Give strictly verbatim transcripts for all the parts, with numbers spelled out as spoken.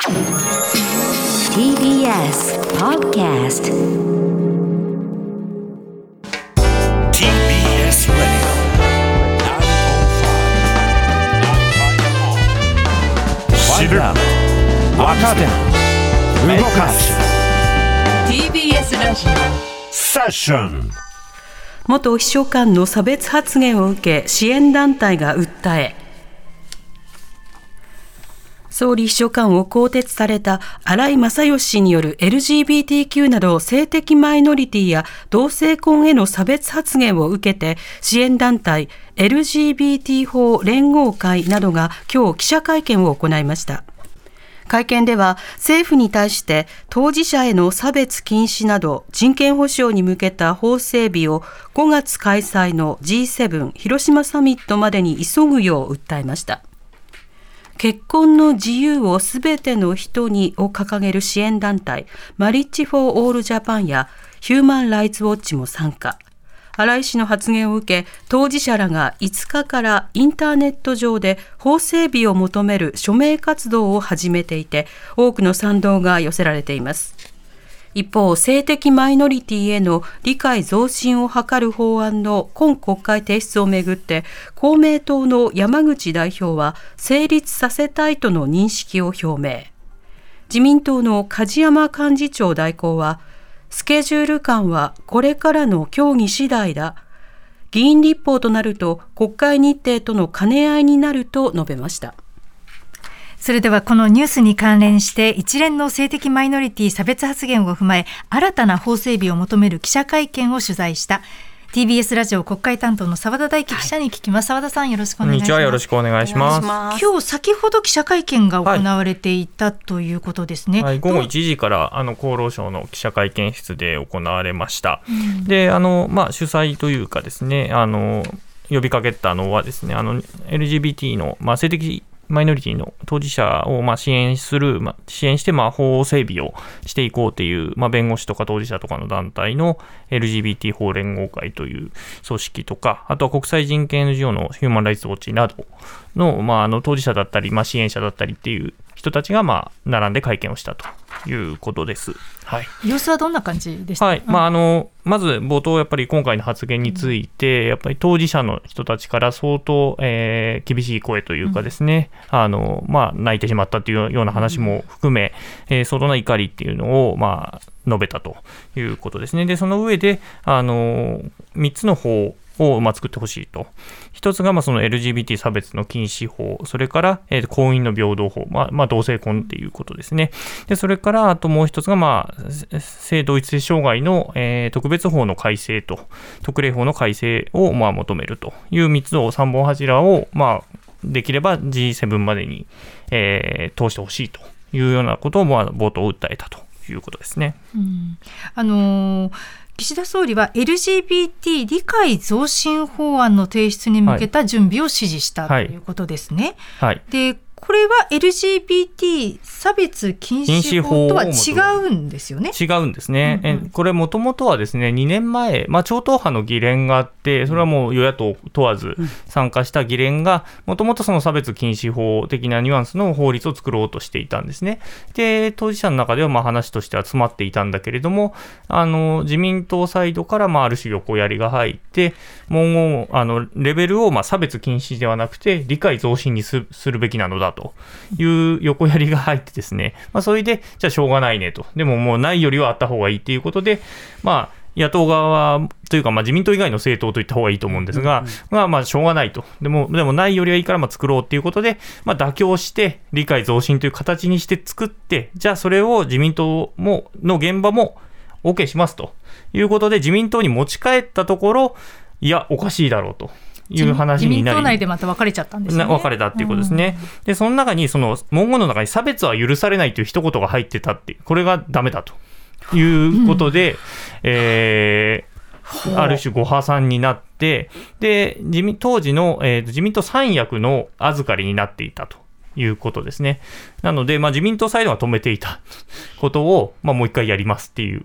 ティービーエス Podcast ティービーエス Radio 知る、若手、動かすティービーエス ラジオセッション。 元秘書官の差別発言を受け支援団体が訴え、総理秘書官を更迭された荒井勝喜氏による エルジービーティーキュー など性的マイノリティや同性婚への差別発言を受けて、支援団体 エルジービーティー 法連合会などが今日記者会見を行いました。会見では政府に対して当事者への差別禁止など人権保障に向けた法整備をごがつ開催の ジーセブン 広島サミットまでに急ぐよう訴えました。結婚の自由をすべての人にを掲げる支援団体マリッジ・フォー・オール・ジャパンやヒューマン・ライツ・ウォッチも参加。荒井氏の発言を受け、当事者らがいつかからインターネット上で法整備を求める署名活動を始めていて、多くの賛同が寄せられています。一方、性的マイノリティへの理解増進を図る法案の今国会提出をめぐって、公明党の山口代表は成立させたいとの認識を表明。自民党の梶山幹事長代行は、スケジュール感はこれからの協議次第だ。議員立法となると国会日程との兼ね合いになると述べました。 それではこのニュースに関連して一連の性的マイノリティ差別発言を踏まえ新たな法整備を求める記者会見を取材したティービーエス ラジオ国会担当の澤田大樹記者に聞きます。澤田さん、よろしくお願いします。 こんにちは、よろしくお願いします。 今日先ほど記者会見が行われていた、はい、ということですね。 はい、午後いちじからあの厚労省の記者会見室で行われました。うん、であの、まあ、主催というかですね、あの呼びかけたのはですね、あの エルジービーティー の、まあ、性的マイノリティの当事者をまあ支援する、まあ、支援してまあ法整備をしていこうという、まあ、弁護士とか当事者とかの団体の エルジービーティー 法連合会という組織とか、あとは国際人権 エヌジーオー のヒューマン・ライツ・ウォッチなどの、まあ、あの当事者だったり、まあ、支援者だったりっていう人たちがまあ並んで会見をしたということです。はい、 様子はどんな感じでした？ はい、まあ、あのまず冒頭やっぱり今回の発言について、うん、やっぱり当事者の人たちから相当、えー、厳しい声というかですね、うん、あのまあ、泣いてしまったというような話も含め、うん、えー、相当な怒りっていうのを、まあ、述べたということですね。でその上であのみっつの法をまあ作ってほしいと。一つがまあその エルジービーティー 差別の禁止法、それからえー婚姻の平等法、まあ、まあ同性婚っていうことですね。でそれからあともう一つがまあ性同一性障害のえー特別法の改正と特例法の改正をまあ求めるというみっつのさんぼん柱をまあできれば ジーセブン までにえー通してほしいというようなことをまあ冒頭訴えたということですね。 うん、あのー岸田総理は エルジービーティー 理解増進法案の提出に向けた準備を指示した、はい、ということですね。 はい、 でこれは エルジービーティー 差別禁止法とは違うんですよね。 違うんですね。うんうん、えこれもともとはですねにねんまえ、まあ、超党派の議連があって、それはもう与野党問わず参加した議連がもともとその差別禁止法的なニュアンスの法律を作ろうとしていたんですね。で当事者の中ではまあ話としては詰まっていたんだけれども、あの自民党サイドからまあある種横やりが入って、文言あのレベルをまあ差別禁止ではなくて理解増進に す, するべきなのだという横やりが入ってですね、まあ、それでじゃあしょうがないねと、でももうないよりはあった方がいいということで、まあ野党側というか、まあ自民党以外の政党といった方がいいと思うんですが、うんうん、まあまあしょうがないと、でもでもないよりはいいからまあ作ろうということで、まあ、妥協して理解増進という形にして作って、じゃあそれを自民党もの現場も OK しますということで自民党に持ち帰ったところ、いやおかしいだろうという話になり、 自民党内でまた分かれちゃったんですね。 分かれたっていうことですね。うん、でその中にその文言の中に差別は許されないという一言が入ってたっていう、これがダメだということで、うん、えー、ある種ご破算になって、で自民当時の、えー、自民党三役の預かりになっていたということですね。なので、まあ、自民党サイドが止めていたことを、まあ、もう一回やりますっていう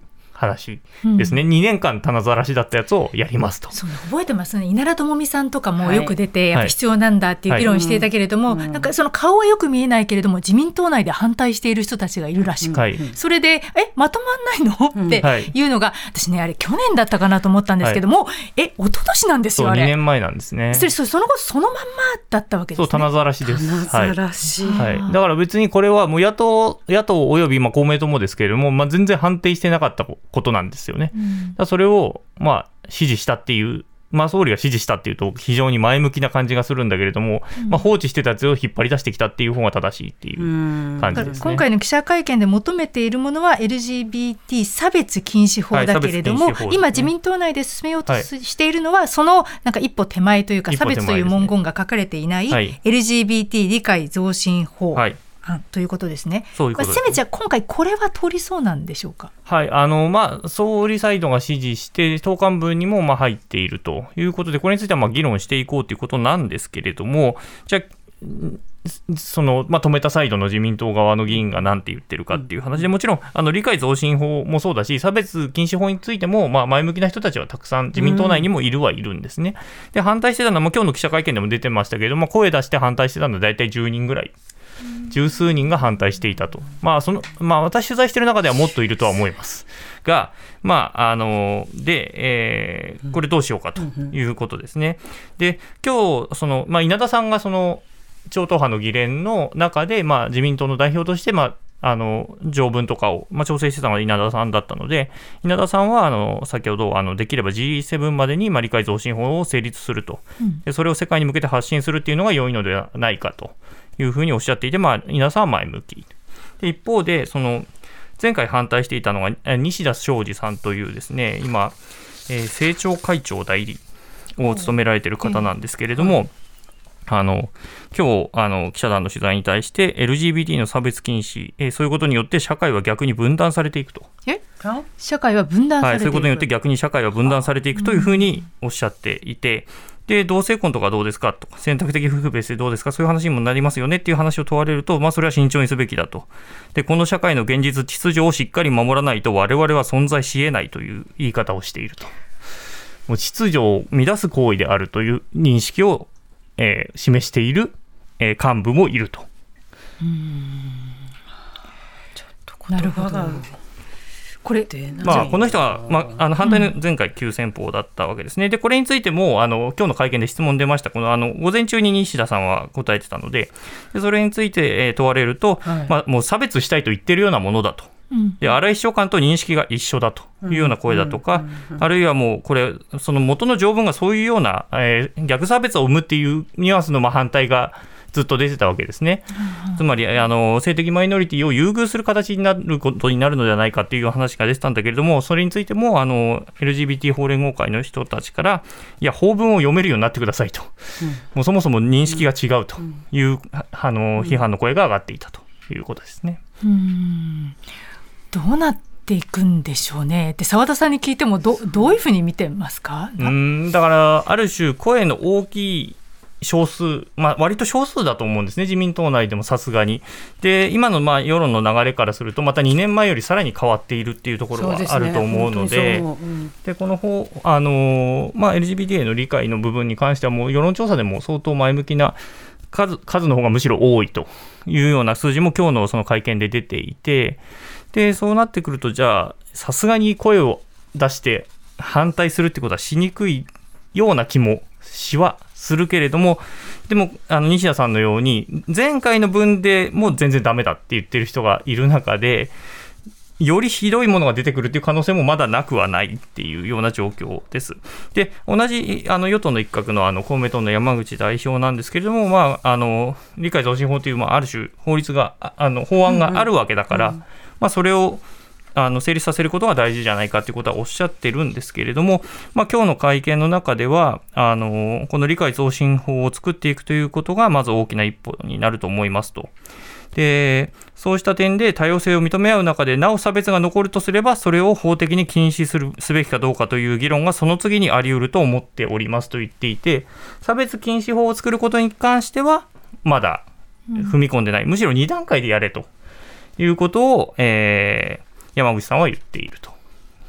話ですね、うん、にねんかん棚ざらしだったやつをやりますと。 そう覚えてますね。稲田朋美さんとかもよく出て、はい、やっぱ必要なんだっていう議論していたけれども、はい、なんかその顔はよく見えないけれども自民党内で反対している人たちがいるらしく、はい、それでえまとまんないの、うん、っていうのが私ねあれ去年だったかなと思ったんですけども、はい、え一昨年なんですよ。あれそうにねんまえなんですね。 それその後そのまんまだったわけですね。 そう棚ざらしです。 棚ざらし、 はいはい、だから別にこれはもう野党野党およびまあ公明党もですけれども、まあ、全然反対してなかったことなんですよね、うん、だからそれをまあ支持したっていう、まあ、総理が支持したっていうと非常に前向きな感じがするんだけれども、うんまあ、放置してたやつを引っ張り出してきたっていう方が正しいっていう感じですね。 今回の記者会見で求めているものは エルジービーティー 差別禁止法だけれども、はいね、今自民党内で進めようとしているのは、はい、そのなんか一歩手前というか差別という文言が書かれていない、はい、エルジービーティー 理解増進法、はいということですね。 そういうことですね。 せめてじゃあ今回これは通りそうなんでしょうか。 はい、あのまあ総理サイドが指示して党幹部にもまあ入っているということで、これについてはまあ議論していこうということなんですけれども、じゃあその、まあ、止めたサイドの自民党側の議員が何て言ってるかっていう話で、もちろんあの理解増進法もそうだし差別禁止法についてもまあ前向きな人たちはたくさん自民党内にもいるはいるんですね。で反対してたのは、まあ、今日の記者会見でも出てましたけれども、声出して反対してたのは大体じゅうにんぐらい、十数人が反対していたと。まあそのまあ、私取材している中ではもっといるとは思いますが、まああのでえー、これどうしようかということですね。で今日その、まあ、稲田さんがその超党派の議連の中で、まあ、自民党の代表として、まあ、あの条文とかを、まあ、調整してたのは稲田さんだったので、稲田さんはあの先ほどあのできれば ジーセブン までに、まあ、理解増進法を成立すると、でそれを世界に向けて発信するっていうのが良いのではないかというふうにおっしゃっていて、まあ、稲田さんは前向きで、一方でその前回反対していたのが西田昌司さんというですね、今、えー、政調会長代理を務められている方なんですけれども、うんあの今日あの記者団の取材に対して エルジービーティー の差別禁止、えー、そういうことによって社会は逆に分断されていくと。 え社会は分断されていく、はい、 そういうことによって逆に社会は分断されていくというふうにおっしゃっていて、で同性婚とかどうですかとか選択的夫婦別姓どうですか、そういう話にもなりますよねっていう話を問われると、まあ、それは慎重にすべきだと。でこの社会の現実秩序をしっかり守らないと我々は存在し得ないという言い方をしていると。もう秩序を乱す行為であるという認識をえー、示している、えー、幹部もいると。 うーんちょっと言葉がこれ、 まあ、この人は、まあ、あの反対の前回急先鋒だったわけですね。でこれについてもあの今日の会見で質問出ました。このあの午前中に西田さんは答えてたの で, でそれについて、えー、問われると、はいまあ、もう差別したいと言ってるようなものだと、で荒井秘書官と認識が一緒だというような声だとか、あるいはもうこれその元の条文がそういうような、えー、逆差別を生むっていうニュアンスのまあ反対がずっと出てたわけですね。つまりあの性的マイノリティを優遇する形になることになるのではないかっていう話が出てたんだけれども、それについてもあの エルジービーティー 法連合会の人たちからいや法文を読めるようになってくださいと、うん、もうそもそも認識が違うという、うん、あの批判の声が上がっていたということですね。 うーんどうなっていくんでしょうね。で澤田さんに聞いても ど, どういうふうに見てますか。 うーんだからある種声の大きい少数、まあ、割と少数だと思うんですね、自民党内でもさすがに。で今のまあ世論の流れからするとまたにねんまえよりさらに変わっているっていうところはあると思うの で, で、ねうん、でこの方あの、まあ、エルジービーティー への理解の部分に関してはもう世論調査でも相当前向きな 数, 数の方がむしろ多いというような数字も今日のその会見で出ていて、でそうなってくるとじゃあさすがに声を出して反対するってことはしにくいような気もしはするけれども、でもあの西田さんのように前回の分でもう全然ダメだって言ってる人がいる中でよりひどいものが出てくるっていう可能性もまだなくはないっていうような状況です。で同じあの与党の一角 の, あの公明党の山口代表なんですけれども、まあ、あの理解増進法という、まあ、ある種法律があの法案があるわけだから、うんうんまあ、それをあの成立させることが大事じゃないかということはおっしゃってるんですけれども、まあ、今日の会見の中ではあのこの理解増進法を作っていくということがまず大きな一歩になると思いますと。でそうした点で多様性を認め合う中でなお差別が残るとすればそれを法的に禁止するすべきかどうかという議論がその次にあり得ると思っておりますと言っていて、差別禁止法を作ることに関してはまだ踏み込んでない、うん、むしろに段階でやれということを、えー、山口さんは言っていると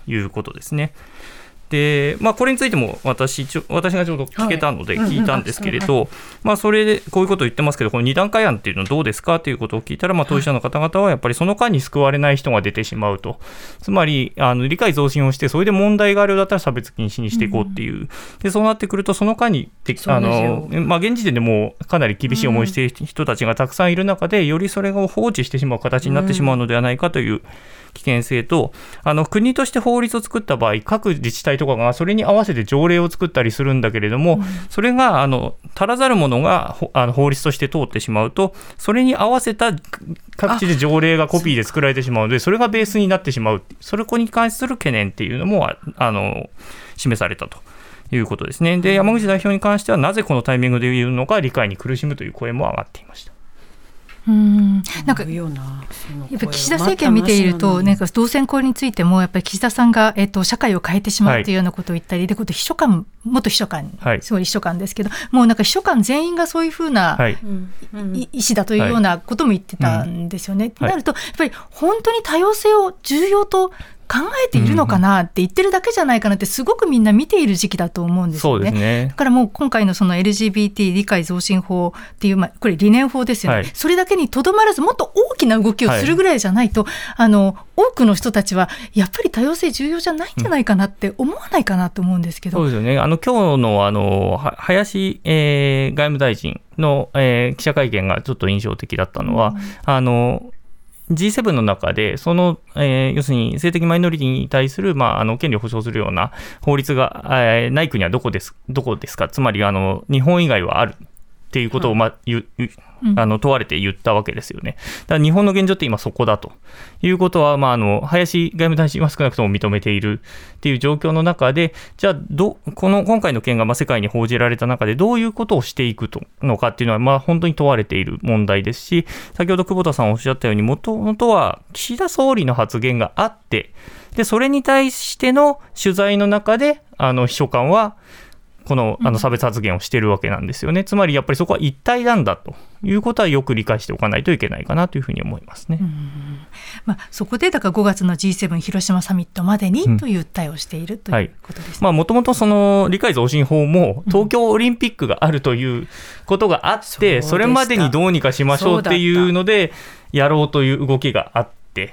いうことですね。でまあ、これについても 私, ちょ私がちょうど聞けたので聞いたんですけれど、まあ、それでこういうことを言ってますけど、このに段階案っていうのはどうですかということを聞いたら、まあ、当事者の方々はやっぱりその間に救われない人が出てしまうと、つまりあの理解増進をして、それで問題があるようだったら差別禁止にしていこうっていう、うん、でそうなってくると、その間にあの、まあ、現時点でもうかなり厳しい思いしている人たちがたくさんいる中で、よりそれを放置してしまう形になってしまうのではないかという危険性と、あの国として法律を作った場合、各自治体とかがそれに合わせて条例を作ったりするんだけれども、うん、それがあの足らざるものがあの法律として通ってしまうと、それに合わせた各地で条例がコピーで作られてしまうので、それがベースになってしまう、それに関する懸念っていうのもあの示されたということですね。で、山口代表に関しては、なぜこのタイミングで言うのか理解に苦しむという声も上がっていました。 うーんなんかやっぱ岸田政権見ていると、なんか同選考についてもやっぱり岸田さんが、えー、と社会を変えてしまうというようなことを言ったり、はい、でこと秘書官元秘書官、はい、すごい秘書官ですけど、もうなんか秘書官全員がそういうふうな、はい、意思だというようなことも言ってたんですよね。はい、となるとやっぱり本当に多様性を重要と考えているのかなって言ってるだけじゃないかなって、すごくみんな見ている時期だと思うんですよね。そうですね。だからもう今回のその エルジービーティー 理解増進法っていう、まあ、これ理念法ですよね。はい、それだけにとどまらず、もっと大きな動きをするぐらいじゃないと、はい、あの多くの人たちはやっぱり多様性重要じゃないんじゃないかなって思わないかなと思うんですけど。 そうですよね。あの今日の、あの林、えー、外務大臣の、えー、記者会見がちょっと印象的だったのは、うん、あのジーセブン の中でその、えー、要するに性的マイノリティに対する、まあ、あの権利を保障するような法律が、えー、ない国はどこです、どこですか、つまりあの日本以外はあるっていうことを、まあゆあの問われて言ったわけですよね。だから日本の現状って今そこだということは、まあ、あの林外務大臣は少なくとも認めているっていう状況の中で、じゃあどこの今回の件がまあ世界に報じられた中でどういうことをしていくのかっていうのは、まあ本当に問われている問題ですし、先ほど久保田さんおっしゃったように、もともとは岸田総理の発言があって、でそれに対しての取材の中であの秘書官はこの、あの差別発言をしているわけなんですよね。うん、つまりやっぱりそこは一体なんだということはよく理解しておかないといけないかなというふうに思いますね。 うん、まあ、そこでだからごがつの ジーセブン 広島サミットまでにという訴えをしているということですね。もともとその理解増進法も東京オリンピックがあるということがあって、うん、それまでにどうにかしましょうっていうのでやろうという動きがあって、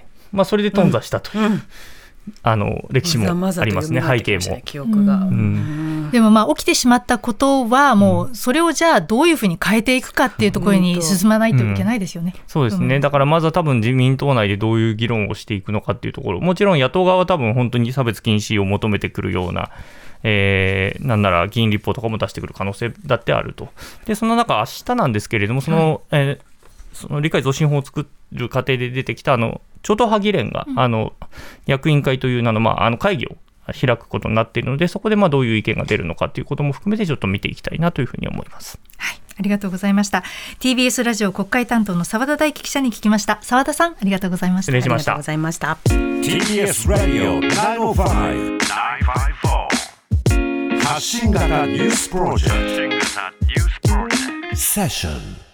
まあ、それで頓挫したという、うんうん、あの歴史もありますね。背景も記憶が、うんうん、でもまあ起きてしまったことはもうそれをじゃあどういうふうに変えていくかっていうところに進まないといけないですよね。 うん、そうですね。だからまずは多分自民党内でどういう議論をしていくのかっていうところ、もちろん野党側は多分本当に差別禁止を求めてくるような、えー、なんなら議員立法とかも出してくる可能性だってあると。でその中明日なんですけれども、その、はい、えーその理解増進法を作る過程で出てきたあの超党派議連が、うん、あの役員会という名の、まあ、あの会議を開くことになっているので、そこでまあどういう意見が出るのかということも含めてちょっと見ていきたいなというふうに思います。 はい、ありがとうございました。 ティービーエス ラジオ国会担当の澤田大樹記者に聞きました。澤田さん、ありがとうございました。 失礼しました。 ありがとうございました。 ティービーエス Radio きゅうまるご、きゅうまるご発信型ニュースプロジェクトセッション